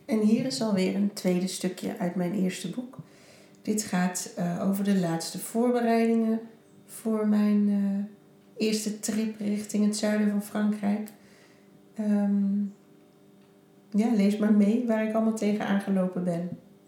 En hier is alweer een tweede stukje uit mijn eerste boek. Dit gaat over de laatste voorbereidingen voor mijn eerste trip richting het zuiden van Frankrijk. Lees maar mee waar ik allemaal tegen aangelopen ben.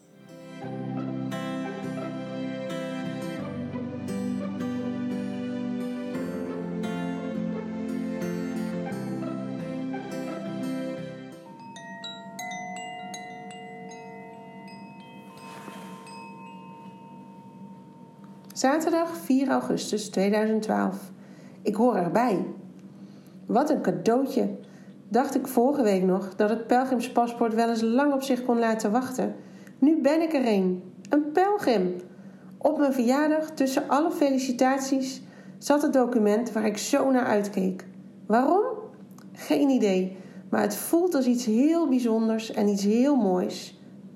Zaterdag 4 augustus 2012. Ik hoor erbij. Wat een cadeautje. Dacht ik vorige week nog dat het pelgrimspaspoort wel eens lang op zich kon laten wachten. Nu ben ik er een pelgrim. Op mijn verjaardag, tussen alle felicitaties, zat het document waar ik zo naar uitkeek. Waarom? Geen idee, maar het voelt als iets heel bijzonders en iets heel moois.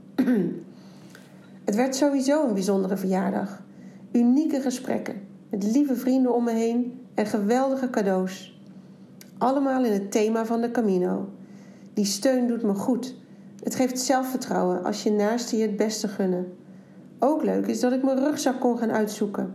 Het werd sowieso een bijzondere verjaardag. Unieke gesprekken, met lieve vrienden om me heen en geweldige cadeaus. Allemaal in het thema van de Camino. Die steun doet me goed. Het geeft zelfvertrouwen als je naasten je het beste gunnen. Ook leuk is dat ik mijn rugzak kon gaan uitzoeken.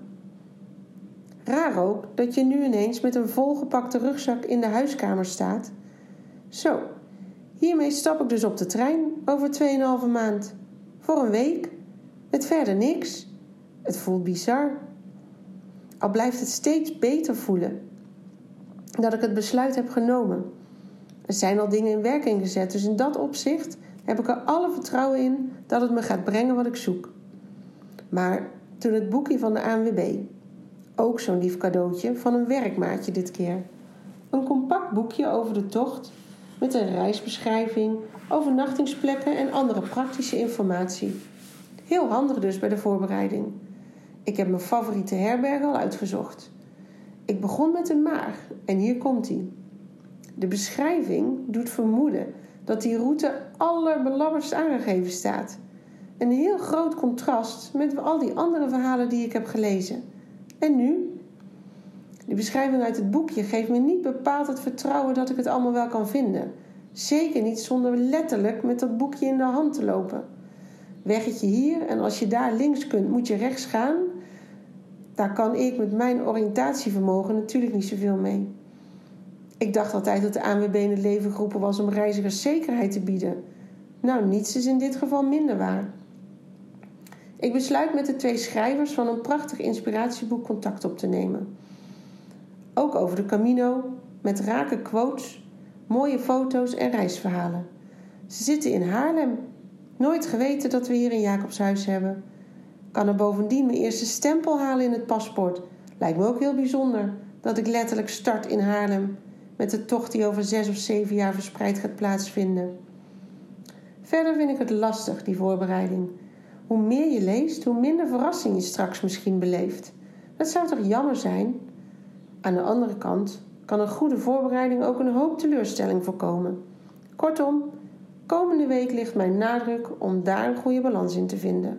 Raar ook dat je nu ineens met een volgepakte rugzak in de huiskamer staat. Zo, hiermee stap ik dus op de trein over 2,5 maand. Voor een week, met verder niks. Het voelt bizar. Al blijft het steeds beter voelen dat ik het besluit heb genomen. Er zijn al dingen in werking gezet, dus in dat opzicht heb ik er alle vertrouwen in dat het me gaat brengen wat ik zoek. Maar toen het boekje van de ANWB, ook zo'n lief cadeautje van een werkmaatje dit keer. Een compact boekje over de tocht met een reisbeschrijving, overnachtingsplekken en andere praktische informatie. Heel handig dus bij de voorbereiding. Ik heb mijn favoriete herberg al uitgezocht. Ik begon met een maag en hier komt ie. De beschrijving doet vermoeden dat die route allerbelabberdst aangegeven staat. Een heel groot contrast met al die andere verhalen die ik heb gelezen. En nu? De beschrijving uit het boekje geeft me niet bepaald het vertrouwen dat ik het allemaal wel kan vinden. Zeker niet zonder letterlijk met dat boekje in de hand te lopen. Weggetje hier en als je daar links kunt moet je rechts gaan. Daar kan ik met mijn oriëntatievermogen natuurlijk niet zoveel mee. Ik dacht altijd dat de ANWB in het leven geroepen was om reizigers zekerheid te bieden. Nou, niets is in dit geval minder waar. Ik besluit met de 2 schrijvers van een prachtig inspiratieboek contact op te nemen. Ook over de Camino, met rake quotes, mooie foto's en reisverhalen. Ze zitten in Haarlem. Nooit geweten dat we hier een Jacobshuis hebben. Kan er bovendien mijn eerste stempel halen in het paspoort. Lijkt me ook heel bijzonder dat ik letterlijk start in Haarlem met de tocht die over 6 of 7 jaar verspreid gaat plaatsvinden. Verder vind ik het lastig, die voorbereiding. Hoe meer je leest, hoe minder verrassing je straks misschien beleeft. Dat zou toch jammer zijn? Aan de andere kant kan een goede voorbereiding ook een hoop teleurstelling voorkomen. Kortom, komende week ligt mijn nadruk om daar een goede balans in te vinden.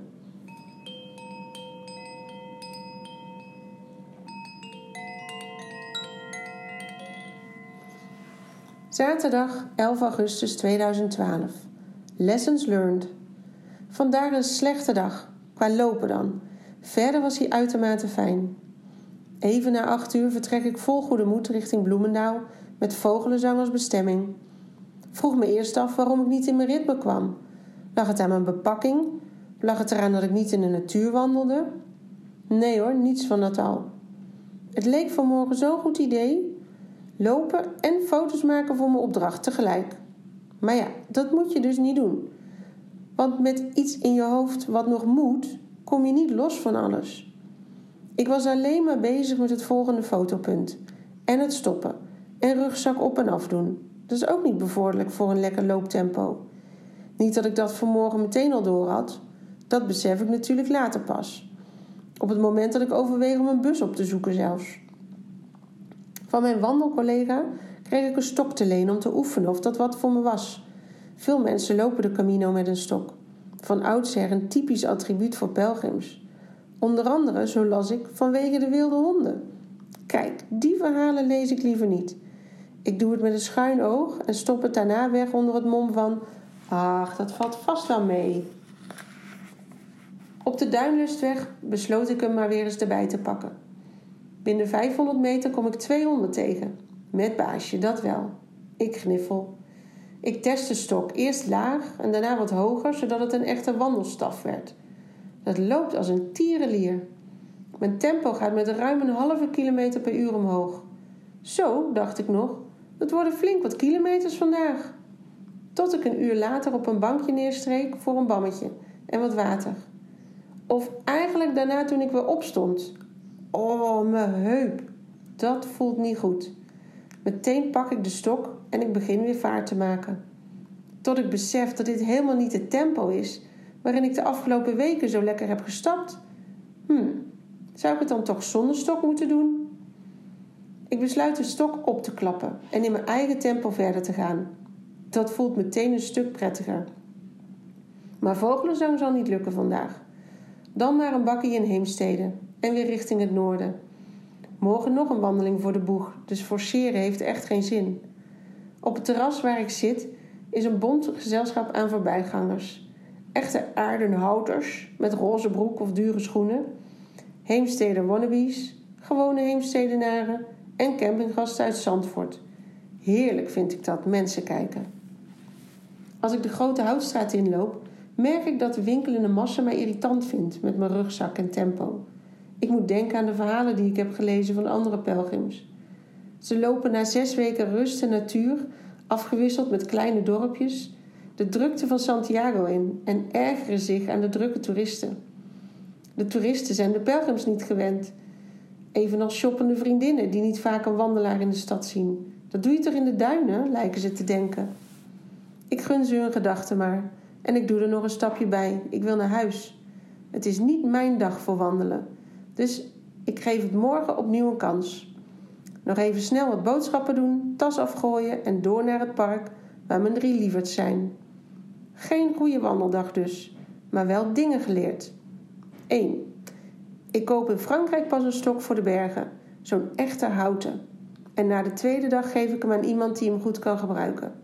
Zaterdag 11 augustus 2012. Lessons learned. Vandaag een slechte dag, qua lopen dan. Verder was hij uitermate fijn. Even na 8 uur vertrek ik vol goede moed richting Bloemendaal met Vogelenzang als bestemming. Vroeg me eerst af waarom ik niet in mijn ritme kwam. Lag het aan mijn bepakking? Lag het eraan dat ik niet in de natuur wandelde? Nee hoor, niets van dat al. Het leek vanmorgen zo'n goed idee. Lopen en foto's maken voor mijn opdracht tegelijk. Maar ja, dat moet je dus niet doen. Want met iets in je hoofd wat nog moet, kom je niet los van alles. Ik was alleen maar bezig met het volgende fotopunt. En het stoppen. En rugzak op en af doen. Dat is ook niet bevorderlijk voor een lekker looptempo. Niet dat ik dat vanmorgen meteen al door had. Dat besef ik natuurlijk later pas. Op het moment dat ik overweeg om een bus op te zoeken zelfs. Van mijn wandelcollega kreeg ik een stok te lenen om te oefenen of dat wat voor me was. Veel mensen lopen de Camino met een stok. Van oudsher een typisch attribuut voor pelgrims. Onder andere, zo las ik, vanwege de wilde honden. Kijk, die verhalen lees ik liever niet. Ik doe het met een schuin oog en stop het daarna weg onder het mom van... Ach, dat valt vast wel mee. Op de Duinlustweg besloot ik hem maar weer eens erbij te pakken. Binnen 500 meter kom ik 2 honden tegen. Met baasje, dat wel. Ik gniffel. Ik test de stok, eerst laag en daarna wat hoger, zodat het een echte wandelstaf werd. Dat loopt als een tierenlier. Mijn tempo gaat met ruim een halve kilometer per uur omhoog. Zo, dacht ik nog, dat worden flink wat kilometers vandaag. Tot ik een uur later op een bankje neerstreek voor een bammetje en wat water. Of eigenlijk daarna toen ik weer opstond. Oh, mijn heup. Dat voelt niet goed. Meteen pak ik de stok en ik begin weer vaart te maken. Tot ik besef dat dit helemaal niet het tempo is waarin ik de afgelopen weken zo lekker heb gestapt. Zou ik het dan toch zonder stok moeten doen? Ik besluit de stok op te klappen en in mijn eigen tempo verder te gaan. Dat voelt meteen een stuk prettiger. Maar vogelenzang zal niet lukken vandaag. Dan maar een bakkie in Heemstede en weer richting het noorden. Morgen nog een wandeling voor de boeg, dus forceren heeft echt geen zin. Op het terras waar ik zit is een bont gezelschap aan voorbijgangers. Echte aardenhouters met roze broek of dure schoenen. Heemsteder wannabes, gewone Heemstedenaren en campinggasten uit Zandvoort. Heerlijk vind ik dat, mensen kijken. Als ik de Grote Houtstraat inloop, merk ik dat de winkelende massa mij irritant vindt met mijn rugzak en tempo. Ik moet denken aan de verhalen die ik heb gelezen van andere pelgrims. Ze lopen na 6 weken rust en natuur, afgewisseld met kleine dorpjes, de drukte van Santiago in en ergeren zich aan de drukke toeristen. De toeristen zijn de pelgrims niet gewend. Evenals shoppende vriendinnen die niet vaak een wandelaar in de stad zien. Dat doe je toch in de duinen, lijken ze te denken. Ik gun ze hun gedachten maar. En ik doe er nog een stapje bij. Ik wil naar huis. Het is niet mijn dag voor wandelen. Dus ik geef het morgen opnieuw een kans. Nog even snel wat boodschappen doen, tas afgooien en door naar het park waar mijn 3 lieverds zijn. Geen goede wandeldag dus, maar wel dingen geleerd. 1. Ik koop in Frankrijk pas een stok voor de bergen. Zo'n echte houten. En na de tweede dag geef ik hem aan iemand die hem goed kan gebruiken.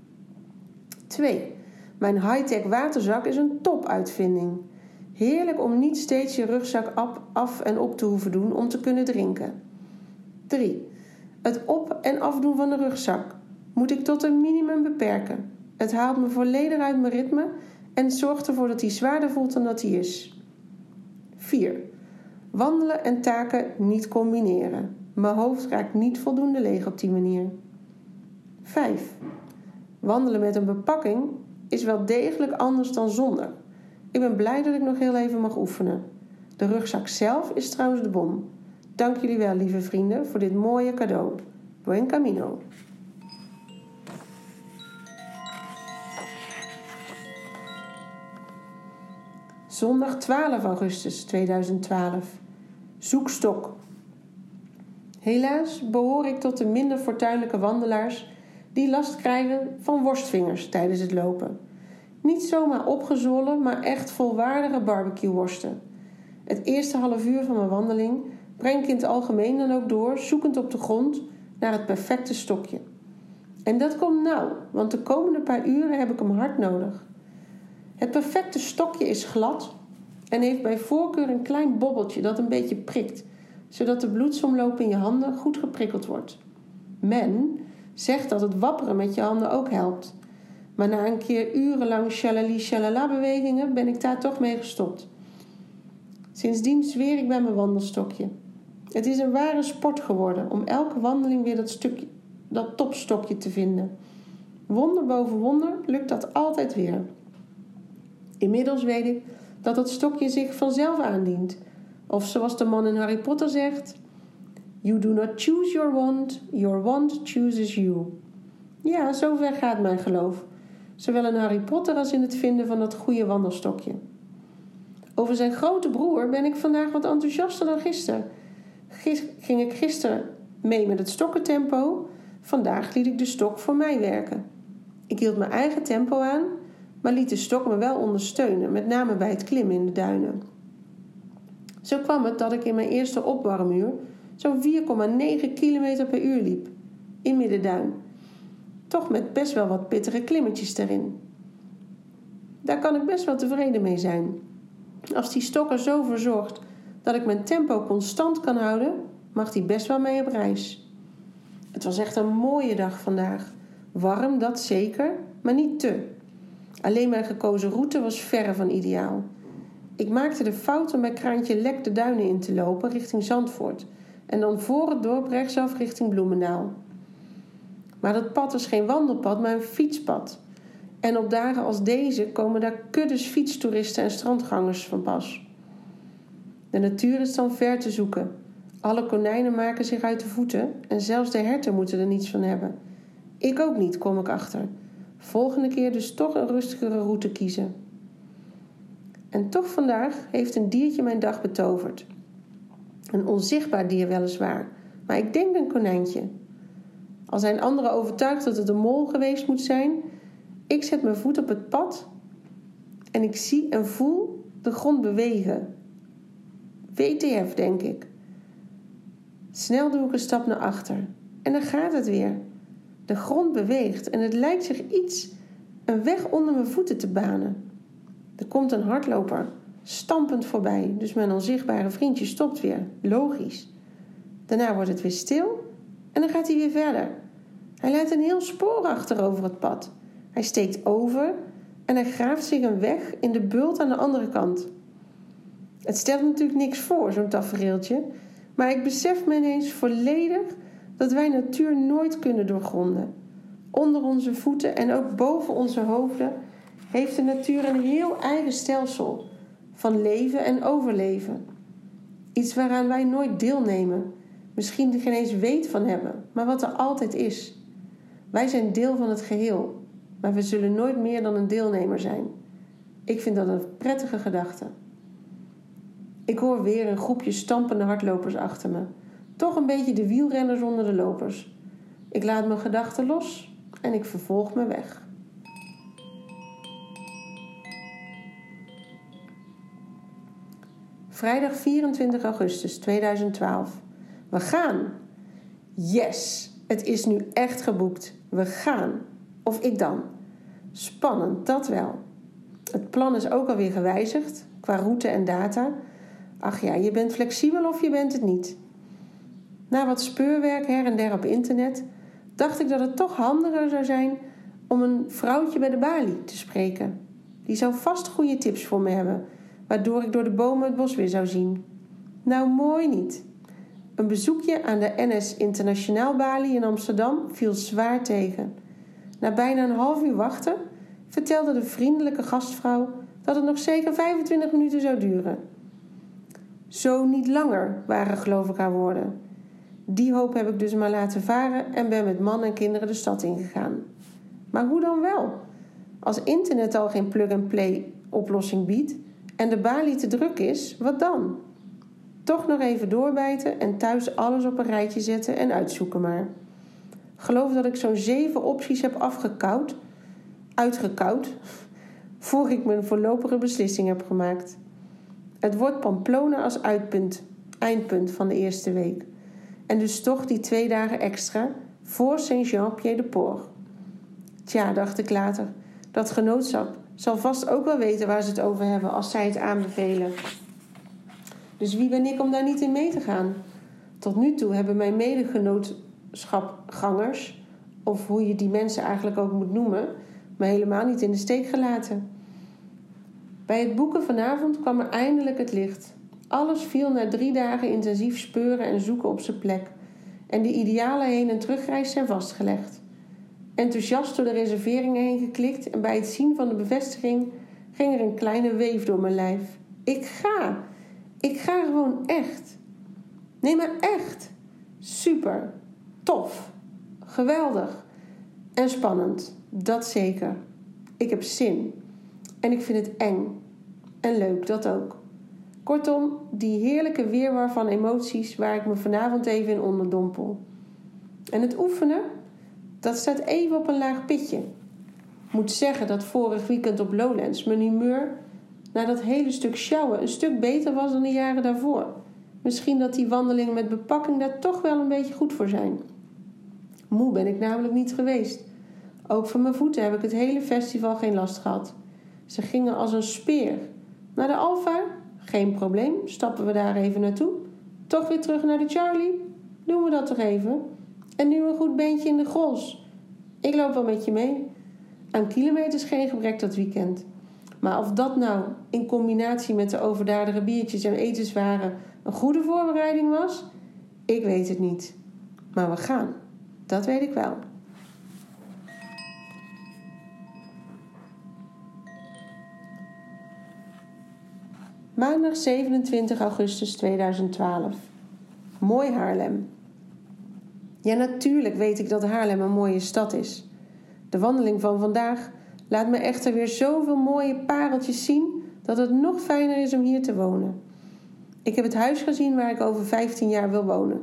2. Mijn high-tech waterzak is een topuitvinding. Heerlijk om niet steeds je rugzak af en op te hoeven doen om te kunnen drinken. 3. Het op- en afdoen van de rugzak moet ik tot een minimum beperken. Het haalt me volledig uit mijn ritme en zorgt ervoor dat hij zwaarder voelt dan dat hij is. 4. Wandelen en taken niet combineren. Mijn hoofd raakt niet voldoende leeg op die manier. 5. Wandelen met een bepakking is wel degelijk anders dan zonder. Ik ben blij dat ik nog heel even mag oefenen. De rugzak zelf is trouwens de bom. Dank jullie wel, lieve vrienden, voor dit mooie cadeau. Buen camino. Zondag 12 augustus 2012. Zoekstok. Helaas behoor ik tot de minder fortuinlijke wandelaars die last krijgen van worstvingers tijdens het lopen. Niet zomaar opgezwollen, maar echt volwaardige barbecueworsten. Het eerste half uur van mijn wandeling breng ik in het algemeen dan ook door, zoekend op de grond naar het perfecte stokje. En dat komt nauw, want de komende paar uren heb ik hem hard nodig. Het perfecte stokje is glad en heeft bij voorkeur een klein bobbeltje dat een beetje prikt, zodat de bloedsomloop in je handen goed geprikkeld wordt. Men zegt dat het wapperen met je handen ook helpt. Maar na een keer urenlang shalali-shalala bewegingen ben ik daar toch mee gestopt. Sindsdien zweer ik bij mijn wandelstokje. Het is een ware sport geworden om elke wandeling weer dat topstokje te vinden. Wonder boven wonder lukt dat altijd weer. Inmiddels weet ik dat het stokje zich vanzelf aandient. Of zoals de man in Harry Potter zegt: You do not choose your wand chooses you. Ja, zover gaat mijn geloof. Zowel in Harry Potter als in het vinden van dat goede wandelstokje. Over zijn grote broer ben ik vandaag wat enthousiaster dan gisteren. Ging ik gisteren mee met het stokkentempo. Vandaag liet ik de stok voor mij werken. Ik hield mijn eigen tempo aan, maar liet de stok me wel ondersteunen, met name bij het klimmen in de duinen. Zo kwam het dat ik in mijn eerste opwarmuur zo'n 4,9 km per uur liep, in Middenduin. Toch met best wel wat pittige klimmetjes erin. Daar kan ik best wel tevreden mee zijn. Als die stok er zo voor zorgt dat ik mijn tempo constant kan houden, mag die best wel mee op reis. Het was echt een mooie dag vandaag. Warm, dat zeker, maar niet te. Alleen mijn gekozen route was verre van ideaal. Ik maakte de fout om bij Kraantje Lek de duinen in te lopen richting Zandvoort en dan voor het dorp rechtsaf richting Bloemendaal. Maar dat pad was geen wandelpad, maar een fietspad. En op dagen als deze komen daar kuddes fietstoeristen en strandgangers van pas. De natuur is dan ver te zoeken. Alle konijnen maken zich uit de voeten en zelfs de herten moeten er niets van hebben. Ik ook niet, kom ik achter. Volgende keer dus toch een rustigere route kiezen. En toch vandaag heeft een diertje mijn dag betoverd. Een onzichtbaar dier weliswaar, maar ik denk een konijntje. Al zijn anderen overtuigd dat het een mol geweest moet zijn, ik zet mijn voet op het pad en ik zie en voel de grond bewegen. WTF, denk ik. Snel doe ik een stap naar achter en dan gaat het weer. De grond beweegt en het lijkt zich een weg onder mijn voeten te banen. Er komt een hardloper, stampend voorbij, dus mijn onzichtbare vriendje stopt weer, logisch. Daarna wordt het weer stil en dan gaat hij weer verder. Hij laat een heel spoor achter over het pad. Hij steekt over en hij graaft zich een weg in de bult aan de andere kant. Het stelt natuurlijk niks voor, zo'n tafereeltje, maar ik besef me ineens volledig dat wij natuur nooit kunnen doorgronden. Onder onze voeten en ook boven onze hoofden heeft de natuur een heel eigen stelsel van leven en overleven. Iets waaraan wij nooit deelnemen, misschien geen eens weet van hebben, maar wat er altijd is. Wij zijn deel van het geheel, maar we zullen nooit meer dan een deelnemer zijn. Ik vind dat een prettige gedachte. Ik hoor weer een groepje stampende hardlopers achter me. Toch een beetje de wielrenners onder de lopers. Ik laat mijn gedachten los en ik vervolg mijn weg. Vrijdag 24 augustus 2012. We gaan! Yes! Het is nu echt geboekt. We gaan. Of ik dan. Spannend, dat wel. Het plan is ook alweer gewijzigd, qua route en data. Ach ja, je bent flexibel of je bent het niet. Na wat speurwerk her en der op internet, dacht ik dat het toch handiger zou zijn om een vrouwtje bij de balie te spreken. Die zou vast goede tips voor me hebben, waardoor ik door de bomen het bos weer zou zien. Nou, mooi niet. Een bezoekje aan de NS Internationaal Balie in Amsterdam viel zwaar tegen. Na bijna een half uur wachten vertelde de vriendelijke gastvrouw dat het nog zeker 25 minuten zou duren. Zo niet langer, waren geloof ik haar woorden. Die hoop heb ik dus maar laten varen en ben met man en kinderen de stad ingegaan. Maar hoe dan wel? Als internet al geen plug-and-play oplossing biedt en de balie te druk is, wat dan? Toch nog even doorbijten en thuis alles op een rijtje zetten en uitzoeken maar. Geloof dat ik zo'n 7 opties heb uitgekauwd, voor ik mijn voorlopige beslissing heb gemaakt. Het wordt Pamplona als eindpunt van de eerste week. En dus toch die 2 dagen extra voor Saint-Jean-Pied-de-Port. Tja, dacht ik later, dat genootschap zal vast ook wel weten waar ze het over hebben als zij het aanbevelen. Dus wie ben ik om daar niet in mee te gaan? Tot nu toe hebben mijn medegenootschapgangers, of hoe je die mensen eigenlijk ook moet noemen, me helemaal niet in de steek gelaten. Bij het boeken vanavond kwam er eindelijk het licht. Alles viel na 3 dagen intensief speuren en zoeken op zijn plek. En de ideale heen- en terugreis zijn vastgelegd. Enthousiast door de reserveringen heen geklikt en bij het zien van de bevestiging ging er een kleine weef door mijn lijf. Ik ga! Ik ga gewoon echt. Nee, maar echt. Super. Tof. Geweldig. En spannend. Dat zeker. Ik heb zin. En ik vind het eng. En leuk, dat ook. Kortom, die heerlijke wirwar van emoties waar ik me vanavond even in onderdompel. En het oefenen, dat staat even op een laag pitje. Moet zeggen dat vorig weekend op Lowlands mijn humeur na dat hele stuk sjouwen een stuk beter was dan de jaren daarvoor. Misschien dat die wandelingen met bepakking daar toch wel een beetje goed voor zijn. Moe ben ik namelijk niet geweest. Ook van mijn voeten heb ik het hele festival geen last gehad. Ze gingen als een speer. Naar de Alfa? Geen probleem, stappen we daar even naartoe. Toch weer terug naar de Charlie? Doen we dat toch even? En nu een goed beentje in de Grols. Ik loop wel met je mee. Aan kilometers geen gebrek dat weekend. Maar of dat nou in combinatie met de overdadige biertjes en etenswaren een goede voorbereiding was, ik weet het niet. Maar we gaan. Dat weet ik wel. Maandag 27 augustus 2012. Mooi Haarlem. Ja, natuurlijk weet ik dat Haarlem een mooie stad is. De wandeling van vandaag laat me echter weer zoveel mooie pareltjes zien dat het nog fijner is om hier te wonen. Ik heb het huis gezien waar ik over 15 jaar wil wonen.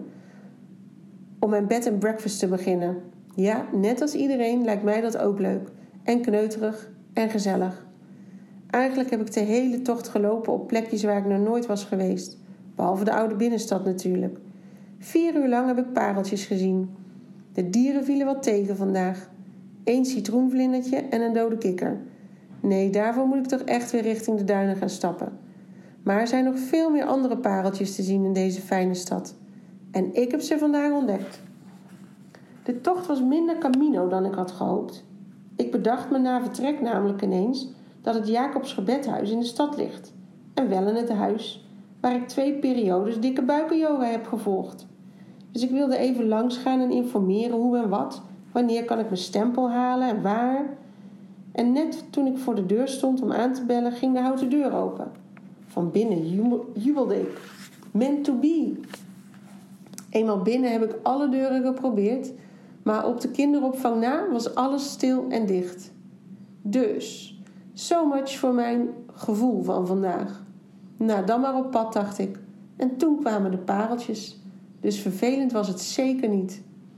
Om mijn bed and breakfast te beginnen. Ja, net als iedereen lijkt mij dat ook leuk. En kneuterig en gezellig. Eigenlijk heb ik de hele tocht gelopen op plekjes waar ik nog nooit was geweest. Behalve de oude binnenstad natuurlijk. 4 uur lang heb ik pareltjes gezien. De dieren vielen wat tegen vandaag. 1 citroenvlindertje en een dode kikker. Nee, daarvoor moet ik toch echt weer richting de duinen gaan stappen. Maar er zijn nog veel meer andere pareltjes te zien in deze fijne stad. En ik heb ze vandaag ontdekt. De tocht was minder Camino dan ik had gehoopt. Ik bedacht me na vertrek namelijk ineens dat het Jacobsgebedhuis in de stad ligt. En wel in het huis waar ik 2 periodes dikke buikenyoga heb gevolgd. Dus ik wilde even langs gaan en informeren hoe en wat. Wanneer kan ik mijn stempel halen en waar? En net toen ik voor de deur stond om aan te bellen, ging de houten deur open. Van binnen jubelde ik. Meant to be. Eenmaal binnen heb ik alle deuren geprobeerd, maar op de kinderopvang na was alles stil en dicht. Dus, so much voor mijn gevoel van vandaag. Nou, dan maar op pad, dacht ik. En toen kwamen de pareltjes. Dus vervelend was het zeker niet.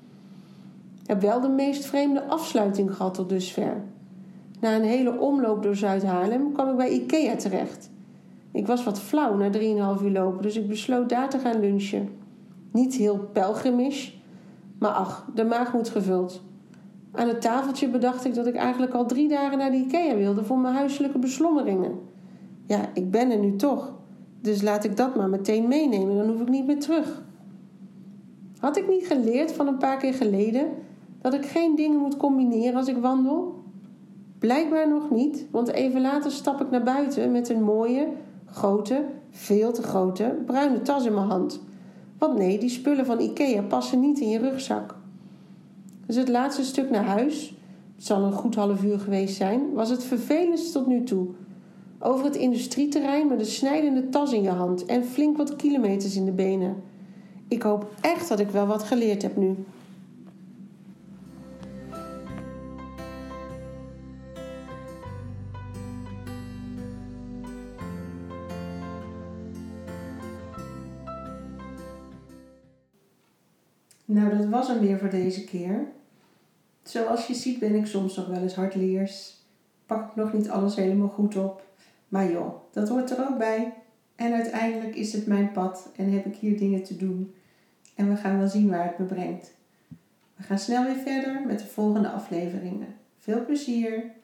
Ik heb wel de meest vreemde afsluiting gehad tot dusver. Na een hele omloop door Zuid-Haarlem kwam ik bij Ikea terecht. Ik was wat flauw na 3,5 uur lopen, dus ik besloot daar te gaan lunchen. Niet heel pelgrimisch, maar ach, de maag moet gevuld. Aan het tafeltje bedacht ik dat ik eigenlijk al 3 dagen naar de Ikea wilde voor mijn huiselijke beslommeringen. Ja, ik ben er nu toch, dus laat ik dat maar meteen meenemen, dan hoef ik niet meer terug. Had ik niet geleerd van een paar keer geleden dat ik geen dingen moet combineren als ik wandel? Blijkbaar nog niet, want even later stap ik naar buiten met een mooie, grote, veel te grote, bruine tas in mijn hand. Want nee, die spullen van Ikea passen niet in je rugzak. Dus het laatste stuk naar huis, het zal een goed half uur geweest zijn, was het vervelendst tot nu toe. Over het industrieterrein met een snijdende tas in je hand en flink wat kilometers in de benen. Ik hoop echt dat ik wel wat geleerd heb nu. Nou, dat was hem weer voor deze keer. Zoals je ziet ben ik soms nog wel eens hardleers. Pak ik nog niet alles helemaal goed op. Maar joh, dat hoort er ook bij. En uiteindelijk is het mijn pad en heb ik hier dingen te doen. En we gaan wel zien waar het me brengt. We gaan snel weer verder met de volgende afleveringen. Veel plezier!